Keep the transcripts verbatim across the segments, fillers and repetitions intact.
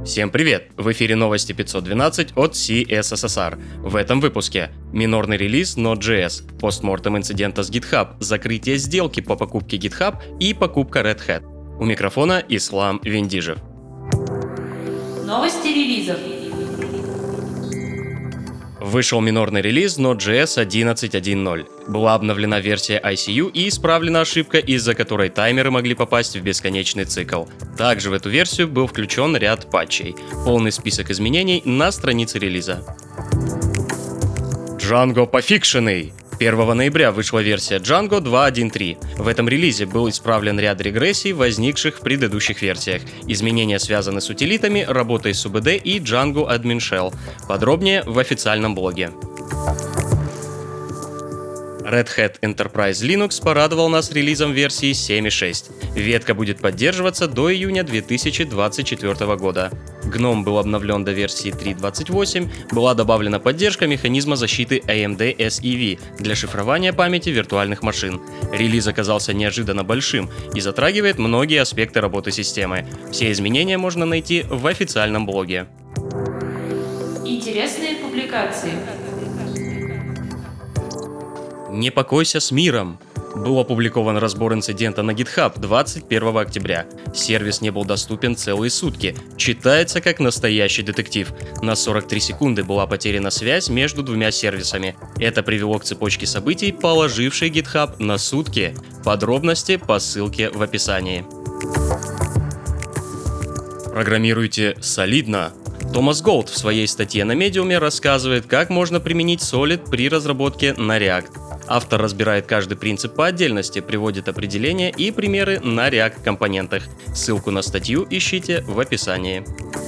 Всем привет! В эфире новости пятьсот двенадцать от си эс эс эс ар. В этом выпуске минорный релиз Node.js, постмортем инцидента с GitHub, закрытие сделки по покупке GitHub и покупка Red Hat. У микрофона Ислам Вендижев. Новости релизов. Вышел минорный релиз Node.js одиннадцать точка один точка ноль. Была обновлена версия ай си ю и исправлена ошибка, из-за которой таймеры могли попасть в бесконечный цикл. Также в эту версию был включен ряд патчей. Полный список изменений на странице релиза. Django пофикшенный! первого ноября вышла версия Django два точка один точка три. В этом релизе был исправлен ряд регрессий, возникших в предыдущих версиях. Изменения связаны с утилитами, работой с ю би ди и Django Admin Shell. Подробнее в официальном блоге. Red Hat Enterprise Linux порадовал нас релизом версии семь точка шесть. Ветка будет поддерживаться до июня две тысячи двадцать четвёртого года. гном был обновлен до версии три точка двадцать восемь, была добавлена поддержка механизма защиты эй эм ди эс и ви для шифрования памяти виртуальных машин. Релиз оказался неожиданно большим и затрагивает многие аспекты работы системы. Все изменения можно найти в официальном блоге. Интересные публикации. Не покойся с миром! Был опубликован разбор инцидента на GitHub двадцать первого октября. Сервис не был доступен целые сутки. Читается как настоящий детектив. На сорок три секунды была потеряна связь между двумя сервисами. Это привело к цепочке событий, положившей GitHub на сутки. Подробности по ссылке в описании. Программируйте солидно. Томас Голд в своей статье на Medium рассказывает, как можно применить Solid при разработке на React. Автор разбирает каждый принцип по отдельности, приводит определения и примеры на React компонентах. Ссылку на статью ищите в описании.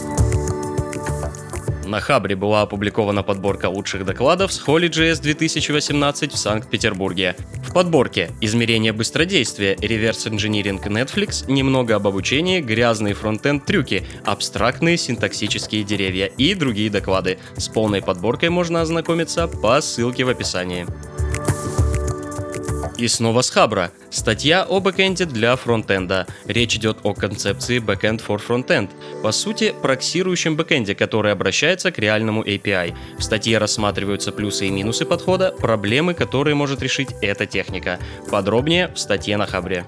На Хабре была опубликована подборка лучших докладов с HolyJS две тысячи восемнадцать в Санкт-Петербурге. В подборке измерение быстродействия, реверс-инжиниринг Netflix, немного об обучении, грязные фронтенд трюки, абстрактные синтаксические деревья и другие доклады. С полной подборкой можно ознакомиться по ссылке в описании. И снова с Хабра. Статья о бэкэнде для фронтенда. Речь идет о концепции Backend for Frontend. По сути, проксирующем бэкэнде, который обращается к реальному эй пи ай. В статье рассматриваются плюсы и минусы подхода, проблемы, которые может решить эта техника. Подробнее в статье на Хабре.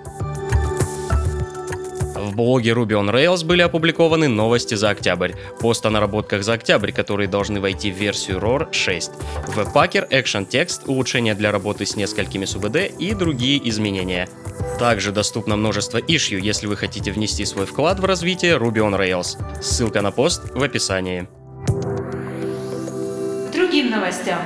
В блоге Ruby on Rails были опубликованы новости за октябрь. Пост о наработках за октябрь, которые должны войти в версию рор шесть. Webpacker, Action Text, улучшения для работы с несколькими эс ви ди и другие изменения. Также доступно множество issue, если вы хотите внести свой вклад в развитие Ruby on Rails. Ссылка на пост в описании. К другим новостям.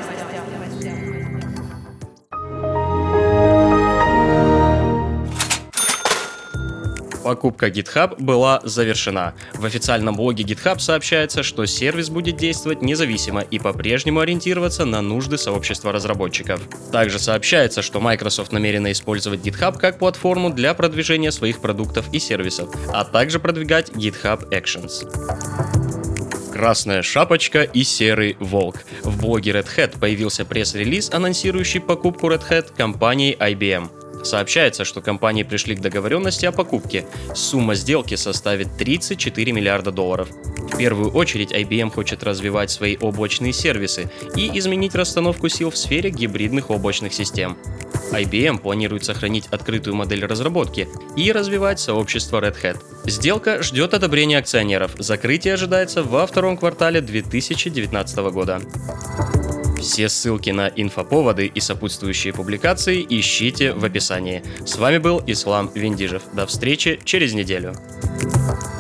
Покупка GitHub была завершена. В официальном блоге GitHub сообщается, что сервис будет действовать независимо и по-прежнему ориентироваться на нужды сообщества разработчиков. Также сообщается, что Microsoft намерена использовать GitHub как платформу для продвижения своих продуктов и сервисов, а также продвигать GitHub Actions. Красная шапочка и серый волк. В блоге Red Hat появился пресс-релиз, анонсирующий покупку Red Hat компанией ай би эм. Сообщается, что компании пришли к договоренности о покупке. Сумма сделки составит тридцать четыре миллиарда долларов. В первую очередь ай би эм хочет развивать свои облачные сервисы и изменить расстановку сил в сфере гибридных облачных систем. ай би эм планирует сохранить открытую модель разработки и развивать сообщество Red Hat. Сделка ждет одобрения акционеров. Закрытие ожидается во втором квартале две тысячи девятнадцатого года. Все ссылки на инфоповоды и сопутствующие публикации ищите в описании. С вами был Ислам Вендижев. До встречи через неделю.